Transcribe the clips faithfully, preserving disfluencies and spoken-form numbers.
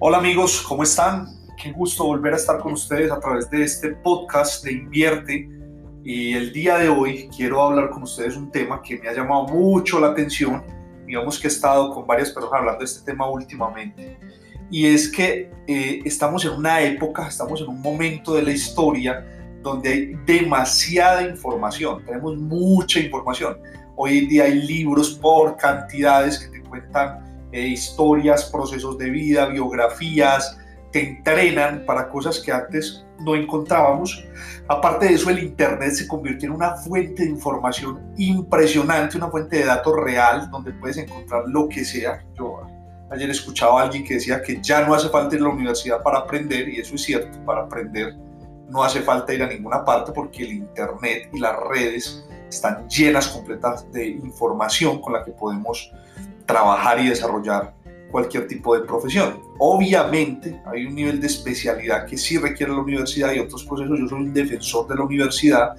Hola amigos, ¿cómo están? Qué gusto volver a estar con ustedes a través de este podcast de Invierte. Y el día de hoy quiero hablar con ustedes un tema que me ha llamado mucho la atención. Digamos que he estado con varias personas hablando de este tema últimamente. Y es que eh, estamos en una época, estamos en un momento de la historia donde hay demasiada información, tenemos mucha información. Hoy en día hay libros por cantidades que te cuentan eh, historias, procesos de vida, biografías, te entrenan para cosas que antes no encontrábamos. Aparte de eso, el internet se convirtió en una fuente de información impresionante, una fuente de datos real, donde puedes encontrar lo que sea. Yo ayer escuchaba a alguien que decía que ya no hace falta ir a la universidad para aprender, y eso es cierto. Para aprender no hace falta ir a ninguna parte porque el internet y las redes están llenas completas de información con la que podemos trabajar y desarrollar cualquier tipo de profesión. Obviamente hay un nivel de especialidad que sí requiere la universidad y otros procesos. Yo soy un defensor de la universidad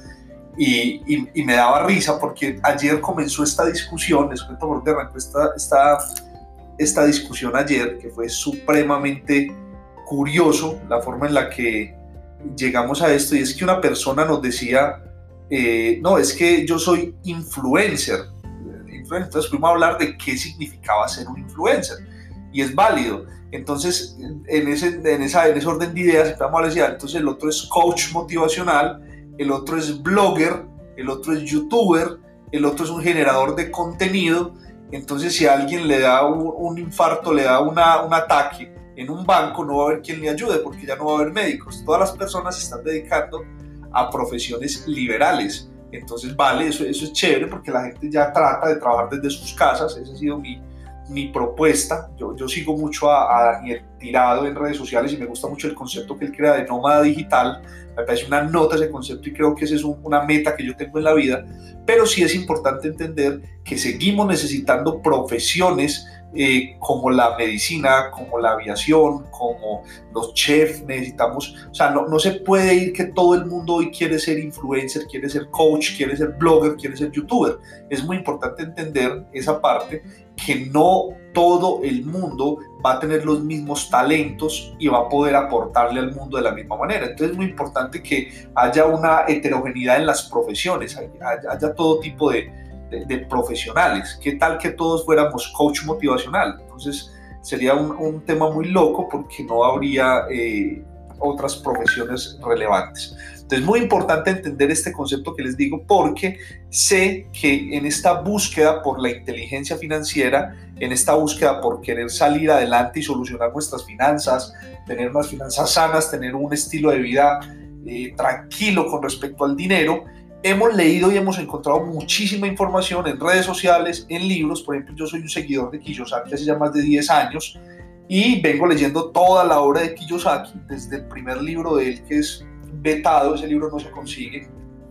y, y, y me daba risa porque ayer comenzó esta discusión. Les cuento por dónde arrancó esta, esta, esta discusión ayer, que fue supremamente curioso la forma en la que llegamos a esto. Y es que una persona nos decía, eh, no, es que yo soy influencer. Entonces fuimos a hablar de qué significaba ser un influencer, y es válido. Entonces en ese, en esa, en ese orden de ideas empezamos a decir, entonces el otro es coach motivacional, el otro es blogger, el otro es youtuber, el otro es un generador de contenido. Entonces si a alguien le da un, un infarto, le da una, un ataque en un banco, no va a haber quien le ayude porque ya no va a haber médicos. Todas las personas se están dedicando a profesiones liberales. Entonces, vale, eso, eso es chévere porque la gente ya trata de trabajar desde sus casas. Esa ha sido mi, mi propuesta. Yo, yo sigo mucho a, a Daniel Tirado en redes sociales y me gusta mucho el concepto que él crea de nómada digital. Me parece una nota ese concepto y creo que esa es un, una meta que yo tengo en la vida. Pero sí es importante entender que seguimos necesitando profesiones eh, como la medicina, como la aviación, como los chefs. Necesitamos, o sea, no, no se puede ir que todo el mundo hoy quiere ser influencer, quiere ser coach, quiere ser blogger, quiere ser youtuber. Es muy importante entender esa parte, que no todo el mundo va a tener los mismos talentos y va a poder aportarle al mundo de la misma manera. Entonces es muy importante que haya una heterogeneidad en las profesiones, haya, haya todo tipo de, de, de profesionales. ¿Qué tal que todos fuéramos coach motivacional? Entonces sería un, un tema muy loco porque no habría eh, otras profesiones relevantes. Entonces es muy importante entender este concepto que les digo, porque sé que en esta búsqueda por la inteligencia financiera, en esta búsqueda por querer salir adelante y solucionar nuestras finanzas, tener unas finanzas sanas, tener un estilo de vida eh, tranquilo con respecto al dinero, hemos leído y hemos encontrado muchísima información en redes sociales, en libros. Por ejemplo, yo soy un seguidor de Kiyosaki hace ya más de diez años y vengo leyendo toda la obra de Kiyosaki, desde el primer libro de él, que es vetado. Ese libro no se consigue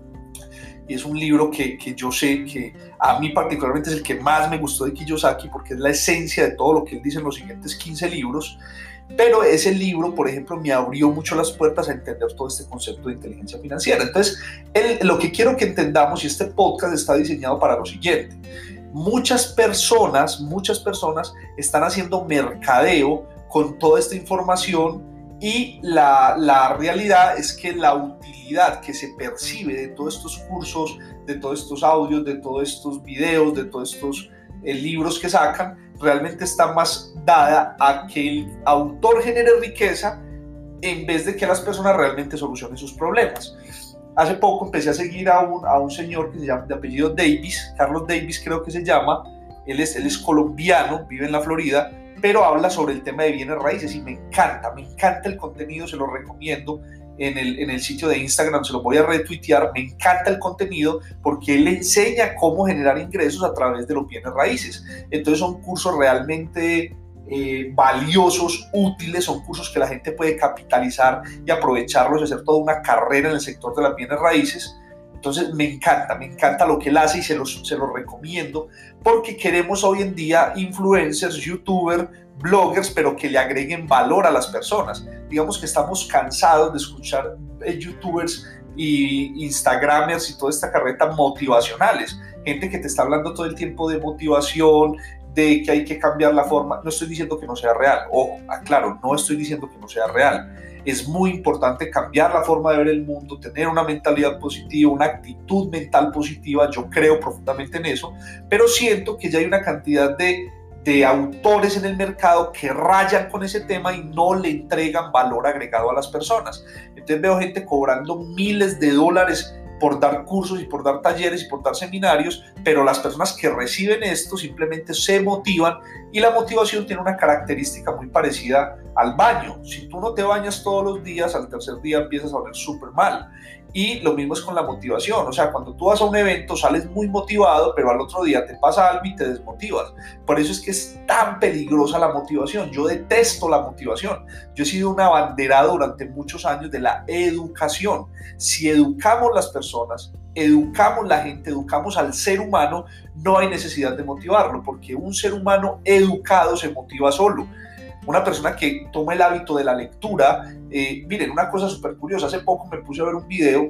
y es un libro que, que yo sé que a mí particularmente es el que más me gustó de Kiyosaki, porque es la esencia de todo lo que él dice en los siguientes quince libros. Pero ese libro, por ejemplo, me abrió mucho las puertas a entender todo este concepto de inteligencia financiera. Entonces, el, lo que quiero que entendamos, y este podcast está diseñado para lo siguiente: muchas personas, muchas personas están haciendo mercadeo con toda esta información, y la, la realidad es que la utilidad que se percibe de todos estos cursos, de todos estos audios, de todos estos videos, de todos estos eh, libros que sacan, realmente está más dada a que el autor genere riqueza en vez de que las personas realmente solucionen sus problemas. Hace poco empecé a seguir a un, a un señor que se llama, de apellido Davis, Carlos Davis creo que se llama. Él es, él es colombiano, vive en la Florida, pero habla sobre el tema de bienes raíces y me encanta, me encanta el contenido, se lo recomiendo. En el, en el sitio de Instagram se lo voy a retuitear. Me encanta el contenido porque él enseña cómo generar ingresos a través de los bienes raíces. Entonces son cursos realmente eh, valiosos, útiles, son cursos que la gente puede capitalizar y aprovecharlos y hacer toda una carrera en el sector de las bienes raíces. Entonces me encanta, me encanta lo que él hace y se los, se los recomiendo, porque queremos hoy en día influencers, youtubers, bloggers, pero que le agreguen valor a las personas. Digamos que estamos cansados de escuchar eh, youtubers y instagramers y toda esta carreta motivacionales, gente que te está hablando todo el tiempo de motivación, de que hay que cambiar la forma. No estoy diciendo que no sea real, ojo, aclaro, no estoy diciendo que no sea real. Es muy importante cambiar la forma de ver el mundo, tener una mentalidad positiva, una actitud mental positiva. Yo creo profundamente en eso, pero siento que ya hay una cantidad de, de autores en el mercado que rayan con ese tema y no le entregan valor agregado a las personas. Entonces veo gente cobrando miles de dólares por dar cursos y por dar talleres y por dar seminarios, pero las personas que reciben esto simplemente se motivan, y la motivación tiene una característica muy parecida al baño. Si tú no te bañas todos los días, al tercer día empiezas a oler súper mal. Y lo mismo es con la motivación. O sea, cuando tú vas a un evento sales muy motivado, pero al otro día te pasa algo y te desmotivas. Por eso es que es tan peligrosa la motivación. Yo detesto la motivación. Yo he sido un abanderado durante muchos años de la educación. Si educamos las personas, educamos la gente, educamos al ser humano, no hay necesidad de motivarlo, porque un ser humano educado se motiva solo. Una persona que toma el hábito de la lectura, eh, miren, una cosa súper curiosa, hace poco me puse a ver un video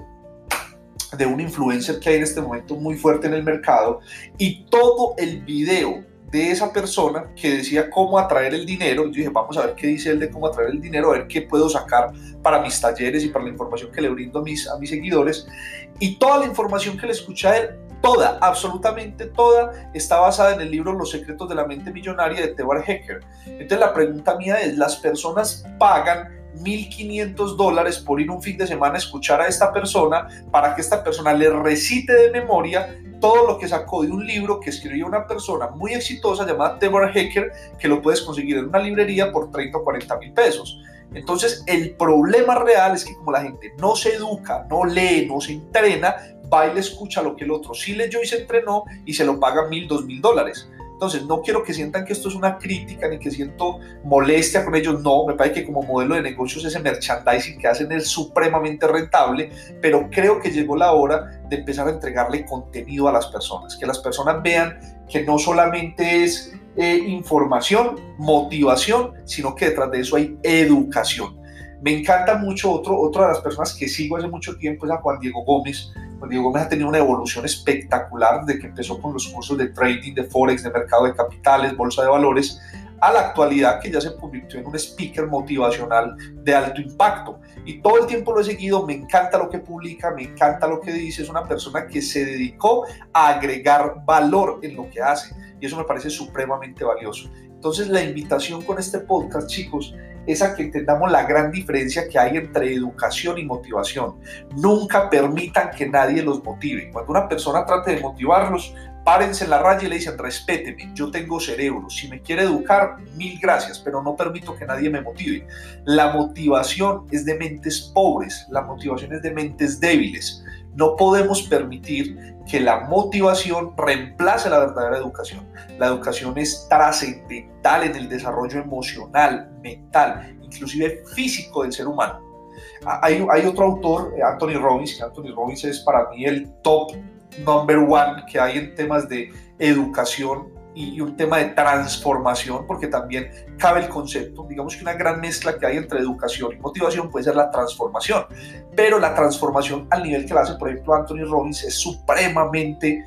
de un influencer que hay en este momento muy fuerte en el mercado, y todo el video de esa persona que decía cómo atraer el dinero, yo dije, vamos a ver qué dice él de cómo atraer el dinero, a ver qué puedo sacar para mis talleres y para la información que le brindo a mis, a mis seguidores, y toda la información que le escuché a él, toda, absolutamente toda, está basada en el libro Los secretos de la mente millonaria de T. Harv Eker. Entonces la pregunta mía es, ¿las personas pagan mil quinientos dólares por ir un fin de semana a escuchar a esta persona para que esta persona le recite de memoria todo lo que sacó de un libro que escribió una persona muy exitosa llamada T. Harv Eker, que lo puedes conseguir en una librería por treinta o cuarenta mil pesos? Entonces el problema real es que como la gente no se educa, no lee, no se entrena, va y le escucha lo que el otro sí leyó y se entrenó y se lo paga mil, dos mil dólares. Entonces no quiero que sientan que esto es una crítica ni que siento molestia con ellos, no, me parece que como modelo de negocios ese merchandising que hacen es supremamente rentable, pero creo que llegó la hora de empezar a entregarle contenido a las personas, que las personas vean que no solamente es eh, información, motivación, sino que detrás de eso hay educación. Me encanta mucho, otro, otra de las personas que sigo hace mucho tiempo es a Juan Diego Gómez. Juan Diego Gómez ha tenido una evolución espectacular desde que empezó con los cursos de trading, de forex, de mercado de capitales, bolsa de valores, a la actualidad que ya se convirtió en un speaker motivacional de alto impacto. Y todo el tiempo lo he seguido, me encanta lo que publica, me encanta lo que dice, es una persona que se dedicó a agregar valor en lo que hace y eso me parece supremamente valioso. Entonces la invitación con este podcast, chicos, es a que entendamos la gran diferencia que hay entre educación y motivación. Nunca permitan que nadie los motive. Cuando una persona trate de motivarlos, párense en la raya y le dicen, respéteme, yo tengo cerebro, si me quiere educar, mil gracias, pero no permito que nadie me motive. La motivación es de mentes pobres, la motivación es de mentes débiles. No podemos permitir que la motivación reemplace la verdadera educación. La educación es trascendental en el desarrollo emocional, mental, inclusive físico del ser humano. Hay, hay otro autor, Anthony Robbins, que Anthony Robbins es para mí el top number one que hay en temas de educación y un tema de transformación, porque también cabe el concepto, digamos que una gran mezcla que hay entre educación y motivación puede ser la transformación, pero la transformación al nivel que la hace, por ejemplo, Anthony Robbins es supremamente,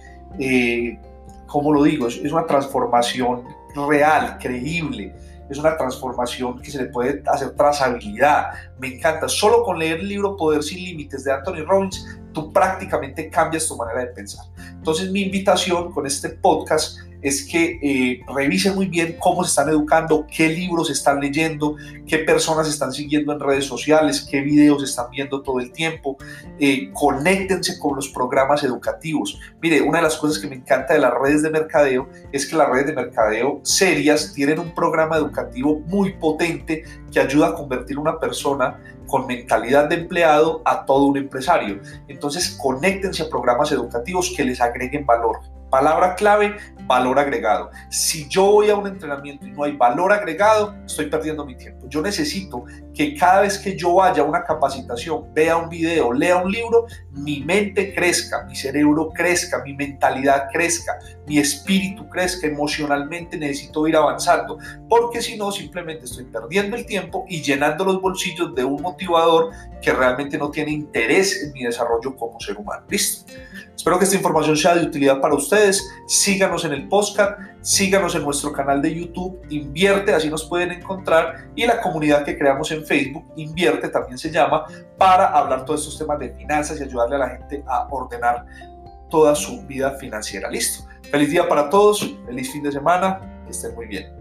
eh, ¿cómo lo digo? Es, es una transformación real, creíble, es una transformación que se le puede hacer trazabilidad. Me encanta, solo con leer el libro Poder sin Límites de Anthony Robbins, tú prácticamente cambias tu manera de pensar. Entonces mi invitación con este podcast es que eh, revisen muy bien cómo se están educando, qué libros están leyendo, qué personas están siguiendo en redes sociales, qué videos están viendo todo el tiempo, eh, conéctense con los programas educativos. Mire, una de las cosas que me encanta de las redes de mercadeo es que las redes de mercadeo serias tienen un programa educativo muy potente que ayuda a convertir a una persona con mentalidad de empleado a todo un empresario. Entonces, conéctense a programas educativos que les agreguen valor. Palabra clave, valor agregado. Si yo voy a un entrenamiento y no hay valor agregado, estoy perdiendo mi tiempo. Yo necesito que cada vez que yo vaya a una capacitación, vea un video, lea un libro, mi mente crezca, mi cerebro crezca, mi mentalidad crezca, mi espíritu crezca, emocionalmente necesito ir avanzando, porque si no, simplemente estoy perdiendo el tiempo y llenando los bolsillos de un motivador que realmente no tiene interés en mi desarrollo como ser humano. ¿Listo? Espero que esta información sea de utilidad para ustedes. ustedes. Síganos en el podcast, síganos en nuestro canal de YouTube, Invierte, así nos pueden encontrar, y la comunidad que creamos en Facebook, Invierte también se llama, para hablar todos estos temas de finanzas y ayudarle a la gente a ordenar toda su vida financiera. Listo. Feliz día para todos, feliz fin de semana, que estén muy bien.